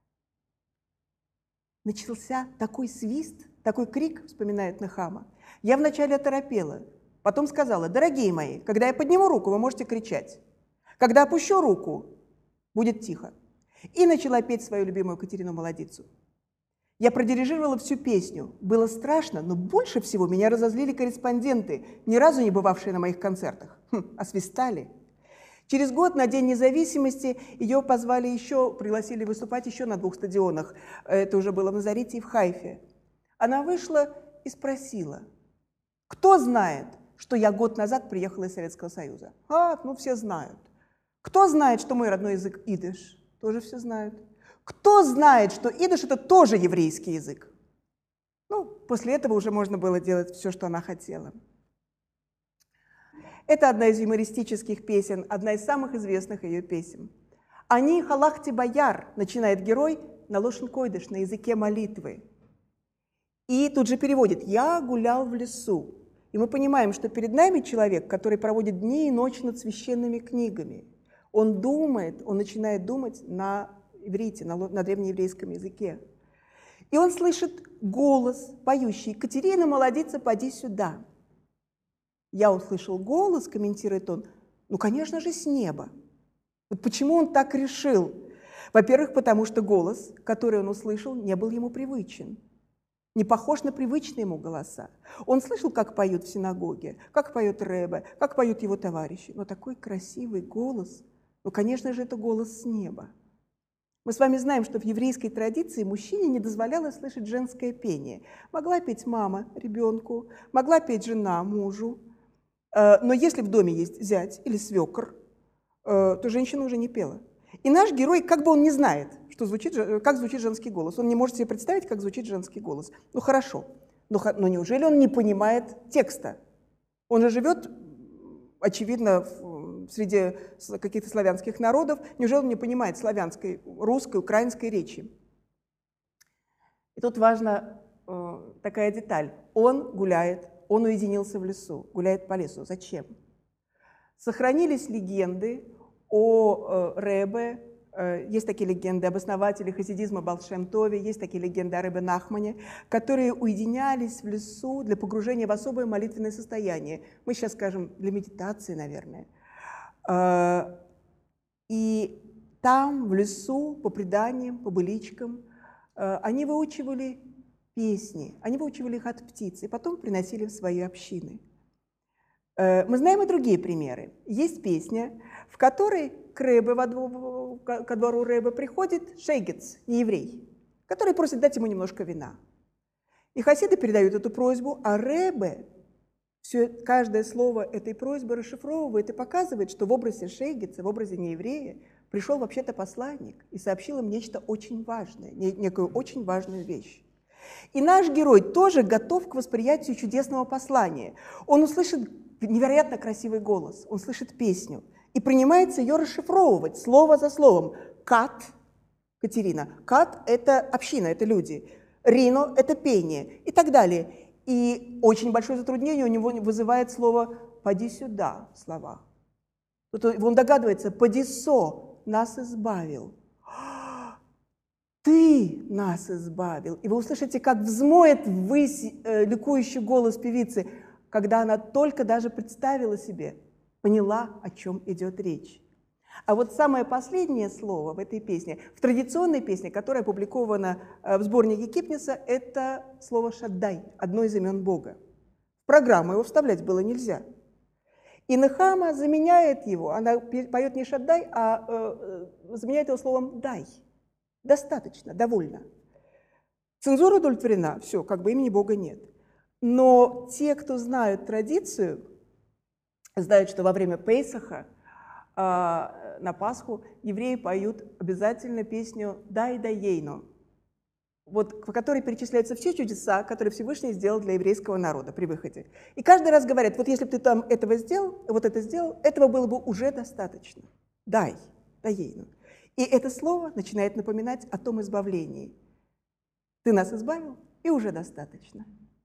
Speaker 3: Начался такой свист, такой крик, вспоминает Нехама. Я вначале оторопела, потом сказала: дорогие мои, когда я подниму руку, вы можете кричать. Когда опущу руку, будет тихо. И начала петь свою любимую Катерину Молодицу. Я продирижировала всю песню. Было страшно, но больше всего меня разозлили корреспонденты, ни разу не бывавшие на моих концертах. Хм, освистали. Через год на День независимости ее позвали еще, пригласили выступать еще на двух стадионах. Это уже было в Назарете и в Хайфе. Она вышла и спросила: кто знает, что я год назад приехала из Советского Союза? А, ну все знают. Кто знает, что мой родной язык идыш? Тоже все знают. Кто знает, что идыш – это тоже еврейский язык? Ну, после этого уже можно было делать все, что она хотела. Это одна из юмористических песен, одна из самых известных ее песен. «Ани халахти бояр», начинает герой на лошен койдыш, на языке молитвы. И тут же переводит «я гулял в лесу». И мы понимаем, что перед нами человек, который проводит дни и ночи над священными книгами. Он думает, он начинает думать на иврите, на, на древнееврейском языке. И он слышит голос, поющий: «Катерина, молодица, поди сюда». Я услышал голос, комментирует он, ну, конечно же, с неба. Вот почему он так решил? Во-первых, потому что голос, который он услышал, не был ему привычен. Не похож на привычные ему голоса. Он слышал, как поют в синагоге, как поет Ребе, как поют его товарищи. Но такой красивый голос, ну, конечно же, это голос с неба. Мы с вами знаем, что в еврейской традиции мужчине не дозволялось слышать женское пение. Могла петь мама ребенку, могла петь жена мужу. Но если в доме есть зять или свекр, то женщина уже не пела. И наш герой, как бы он не знает, что звучит, как звучит женский голос, он не может себе представить, как звучит женский голос. Ну хорошо, но, но неужели он не понимает текста? Он же живет, очевидно, среди каких-то славянских народов, неужели он не понимает славянской, русской, украинской речи? И тут важна э, такая деталь. Он гуляет, он уединился в лесу, гуляет по лесу. Зачем? Сохранились легенды о э, Ребе, э, есть такие легенды об основателе хасидизма Баал Шем Тове, есть такие легенды о Ребе Нахмане, которые уединялись в лесу для погружения в особое молитвенное состояние. Мы сейчас скажем, для медитации, наверное. Э, и там, в лесу, по преданиям, по быличкам, э, они выучивали песни. Они выучивали их от птиц и потом приносили в свои общины. Мы знаем и другие примеры. Есть песня, в которой к Ребе, ко двору Ребе приходит шейгец, не еврей, который просит дать ему немножко вина. И хасиды передают эту просьбу, а Ребе все, каждое слово этой просьбы расшифровывает и показывает, что в образе шейгеца, в образе нееврея пришел вообще-то посланник и сообщил им нечто очень важное, некую очень важную вещь. И наш герой тоже готов к восприятию чудесного послания. Он услышит невероятно красивый голос, он слышит песню и принимается ее расшифровывать слово за словом. Кат, Катерина, кат – это община, это люди, рино – это пение и так далее. И очень большое затруднение у него вызывает слово «поди сюда» в словах. Он догадывается «поди со, нас избавил». Ты нас избавил. И вы услышите, как взмоет ввысь э, ликующий голос певицы, когда она только даже представила себе, поняла, о чем идет речь. А вот самое последнее слово в этой песне, в традиционной песне, которая опубликована в сборнике Кипниса, это слово «шаддай», одно из имен Бога. В программу его вставлять было нельзя. И Нехама заменяет его, она поет не «шаддай», а э, заменяет его словом «дай». Достаточно, довольно. Цензура удовлетворена, все, как бы имени Бога нет. Но те, кто знают традицию, знают, что во время Пейсаха на Пасху евреи поют обязательно песню «Дай да ейно», вот, в которой перечисляются все чудеса, которые Всевышний сделал для еврейского народа при выходе. И каждый раз говорят, вот если бы ты там этого сделал, вот это сделал, этого было бы уже достаточно. «Дай да ейно». И это слово начинает напоминать о том избавлении. Ты нас избавил, и уже достаточно.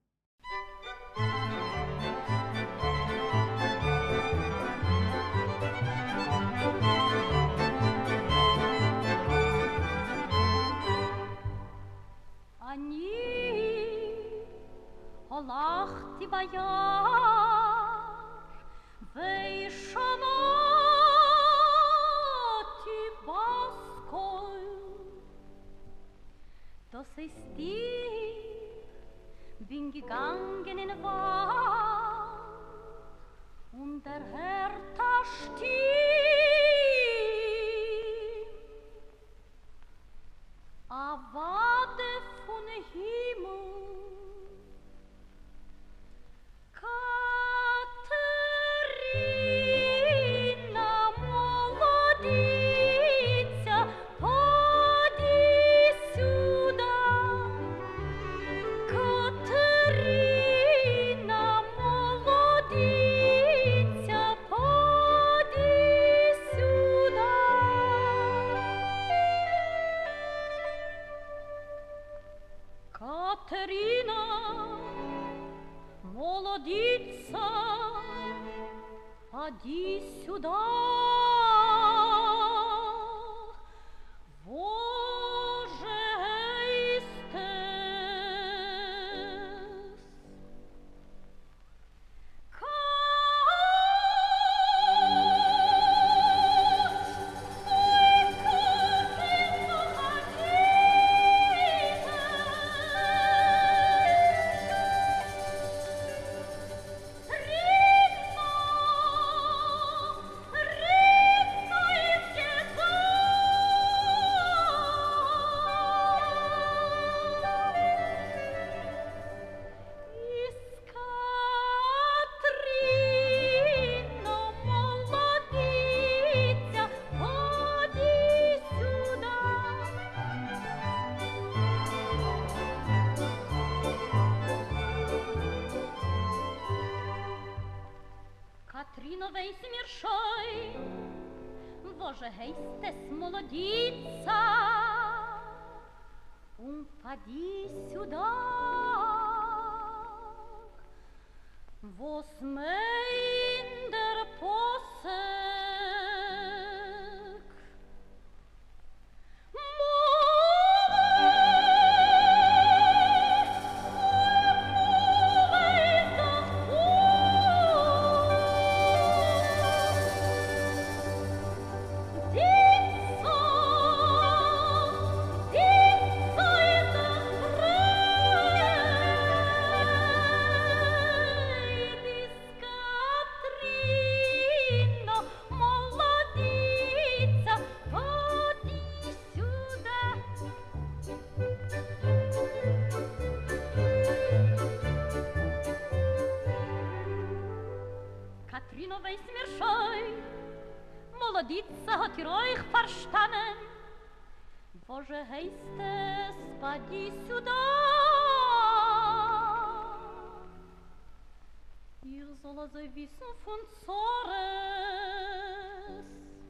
Speaker 2: אני הלכתי ביער ושמעתי באסקול. Das ist dir, bin gegangen in den Wald und der Hertha stieg. A Wade von Himmel, Katerina молодица, поди сюда. Катерина молодица, поди сюда. Катерина, молодица, поди сюда. Боже, истес. Katrino, weis mir scheu, wo je heißt es молодица, und поди сюда, wo's mein der Posek. Ditzo, ditzo ist das Brot. Molodice hat ihr euch verstanden. Боже, heißt es, поди сюда. Ihr soll also wissen von Zores.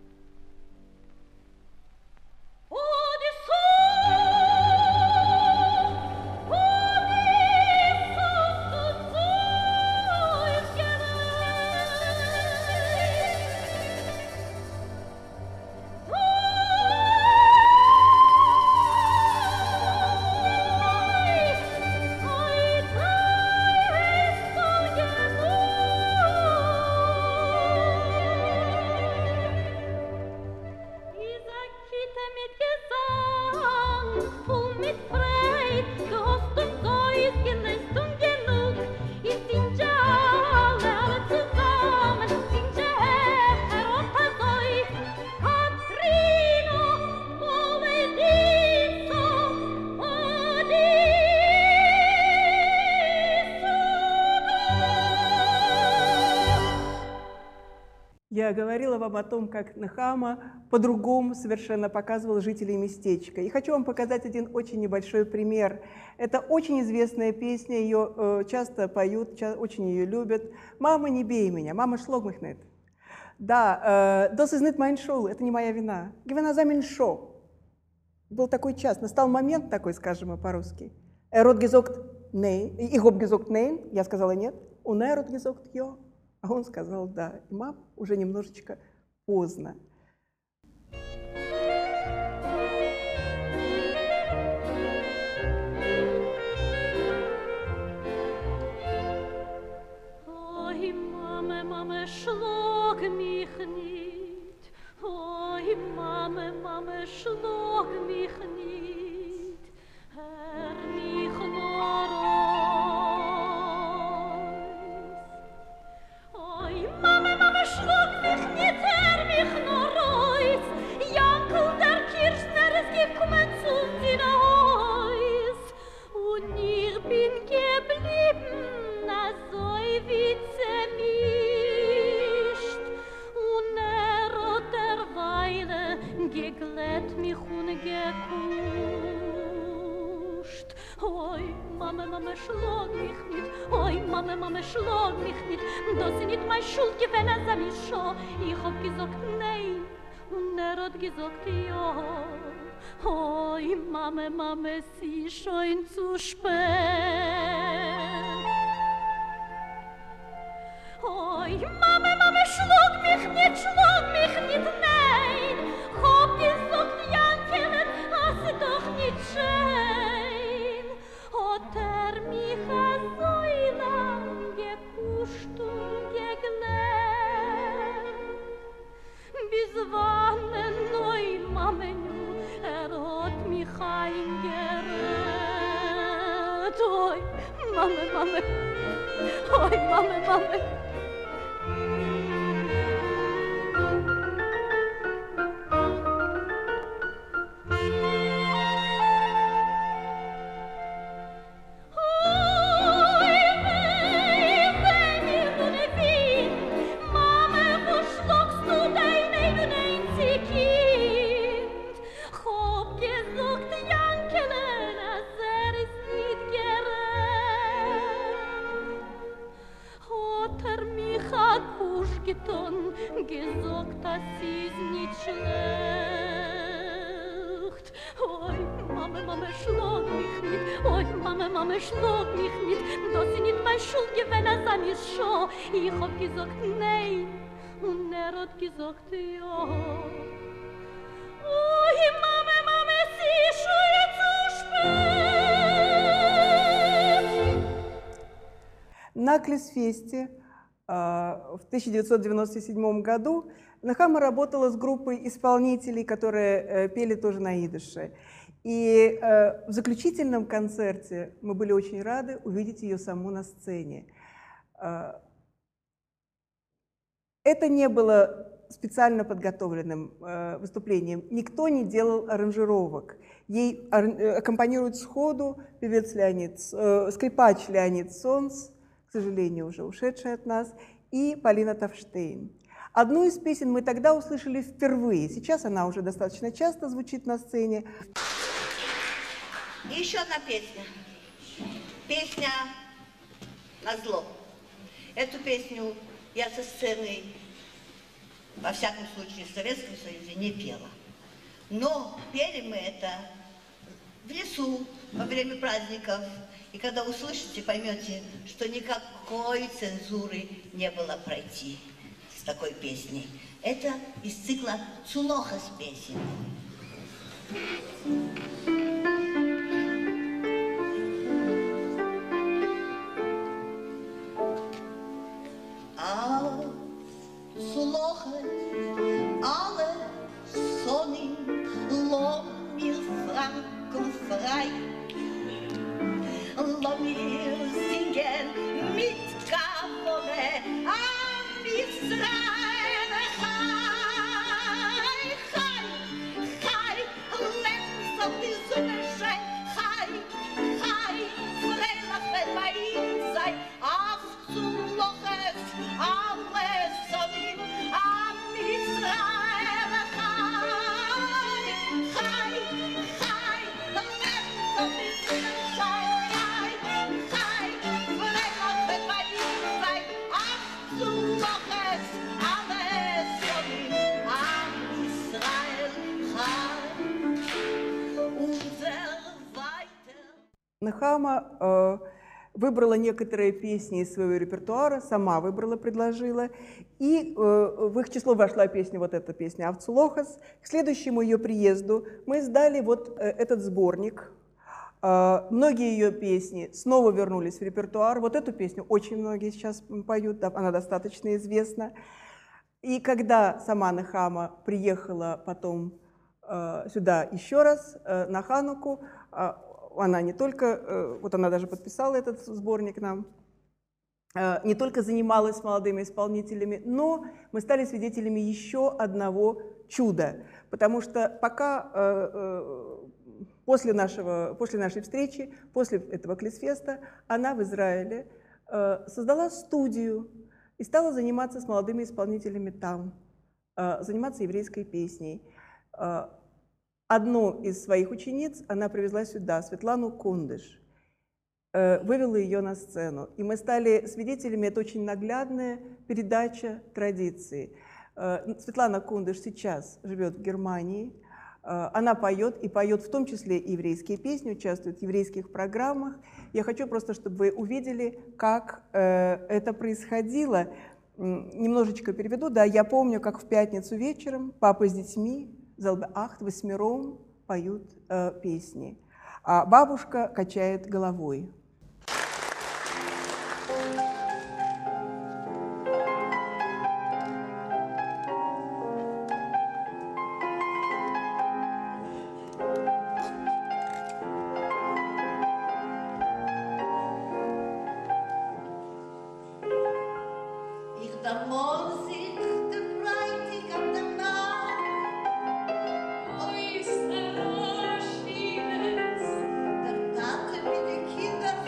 Speaker 3: Я говорила вам о том, как Нехама по-другому совершенно показывал жителей местечка. И хочу вам показать один очень небольшой пример. Это очень известная песня, ее э, часто поют, ча очень ее любят. «Мама, не бей меня», «Мама, шлог mich nicht». Да, «Das ist nicht mein Schuld», это не моя вина. «Gewinna sein Show». Был такой час, настал момент такой, скажем мы по-русски. «Er hat gesagt nein», «Ich hab gesagt nein», я сказала нет, «Und er hat gesagt ja». А он сказал «да». И мам, уже немножечко поздно.
Speaker 2: Ой, Mame, Mame, schlag mich nicht. Oi, Mame, Mame, schlag mich nicht. Hör mich nur Oi, Mame, Mame, schlag mich nicht, hör mich nur raus. Jankel, der Kirchner, es gekommen zu den Haus. Und ich bin geblieben, na so wie zermischt. Und er hat derweile geglätt mich und gekuscht. Oi, Mame, Mame, schlag mich nicht. Oi, Mame, Mame, schlag mich nicht. Das ist nicht meine Schuld gewesen, als er mich schon. Ich hab gesagt nein und er hat gesagt ja. Oi, Mame, Mame, es ist schon zu spät. Oi, Mame, Mame, schlag mich nicht, schlag mich nicht, nein. Hab gesagt, Jankelet, das ist doch nicht schön. Hat er mich so lang gepusht und geglätt. Bis wann neu, Mame, nu, er hat mich eingerät. Oi, Mame, Mame, oi, Mame, Mame. Gesagt, das ist nicht schlecht. Oi, Mame, Mame, schlag mich nicht. Oi, Mame, Mame, schlag mich nicht. Das ist nicht meine Schuld gewesen, als er mich schon. Ich hab gesagt nein und er hat gesagt ja. Oi, Mame, Mame, es ist schon zu spät.
Speaker 3: На Клисфесте в тысяча девятьсот девяносто седьмом году Нехама работала с группой исполнителей, которые пели тоже на идыше. И в заключительном концерте мы были очень рады увидеть ее саму на сцене. Это не было специально подготовленным выступлением. Никто не делал аранжировок. Ей аккомпанирует сходу певец Леонид, скрипач Леонид Сонс, к сожалению, уже ушедший от нас, и Полина Тавштейн. Одну из песен мы тогда услышали впервые. Сейчас она уже достаточно часто звучит на сцене.
Speaker 4: И еще одна песня. Песня «Назло». Эту песню я со сцены, во всяком случае, в Советском Союзе не пела. Но пели мы это в лесу во время праздников. И когда услышите, поймете, что никакой цензуры не было пройти с такой песней. Это из цикла «Цулохас песен».
Speaker 3: Нехама э, выбрала некоторые песни из своего репертуара, сама выбрала, предложила. И э, в их число вошла песня, вот эта песня «Авцулохас». К следующему ее приезду мы издали вот э, этот сборник. Э, многие ее песни снова вернулись в репертуар. Вот эту песню очень многие сейчас поют, она достаточно известна. И когда сама Нехама приехала потом э, сюда еще раз, э, на Хануку, э, она не только, вот она даже подписала этот сборник нам, не только занималась с молодыми исполнителями, но мы стали свидетелями еще одного чуда. Потому что пока после, нашего, после нашей встречи, после этого Клисфеста, она в Израиле создала студию и стала заниматься с молодыми исполнителями там, заниматься еврейской песней. Одну из своих учениц она привезла сюда, Светлану Кундыш, вывела ее на сцену. И мы стали свидетелями, это очень наглядная передача традиции. Светлана Кундыш сейчас живет в Германии, она поет, и поет в том числе и еврейские песни, участвует в еврейских программах. Я хочу просто, чтобы вы увидели, как это происходило. Немножечко переведу. Да, я помню, как в пятницу вечером папа с детьми Залбе-Ахт, восьмером поют э, песни, а бабушка качает головой.
Speaker 4: Kinder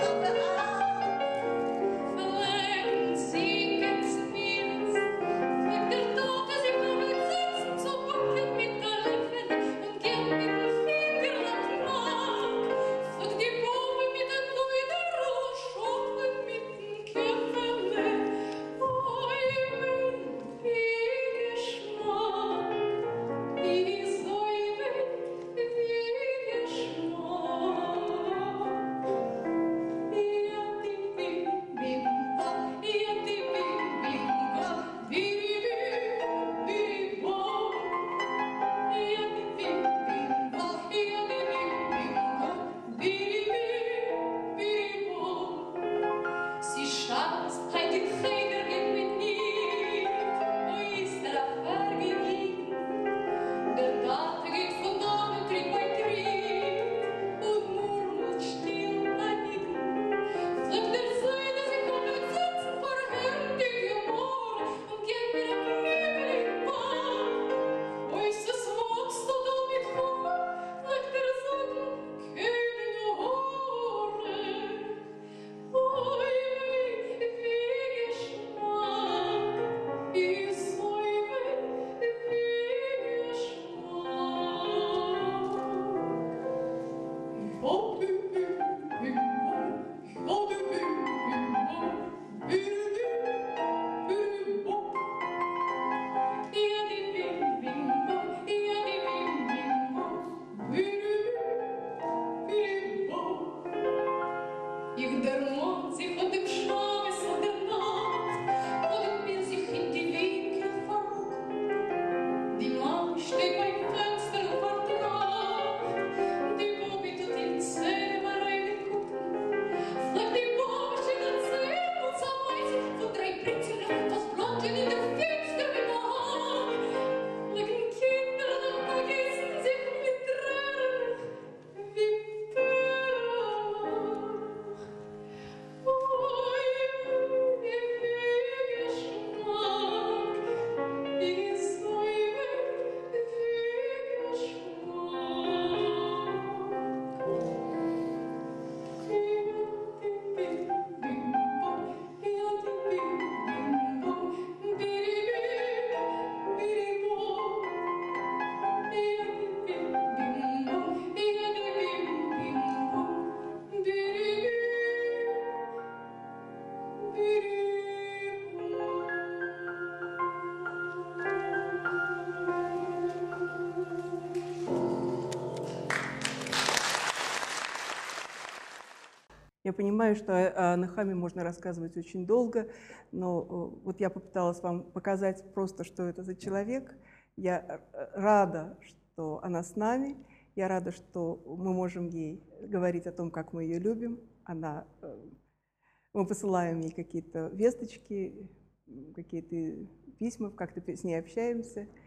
Speaker 3: Я понимаю, что о Нехаме можно рассказывать очень долго, но вот я попыталась вам показать просто, что это за человек. Я рада, что она с нами. Я рада, что мы можем ей говорить о том, как мы ее любим. Она, мы посылаем ей какие-то весточки, какие-то письма, как-то с ней общаемся.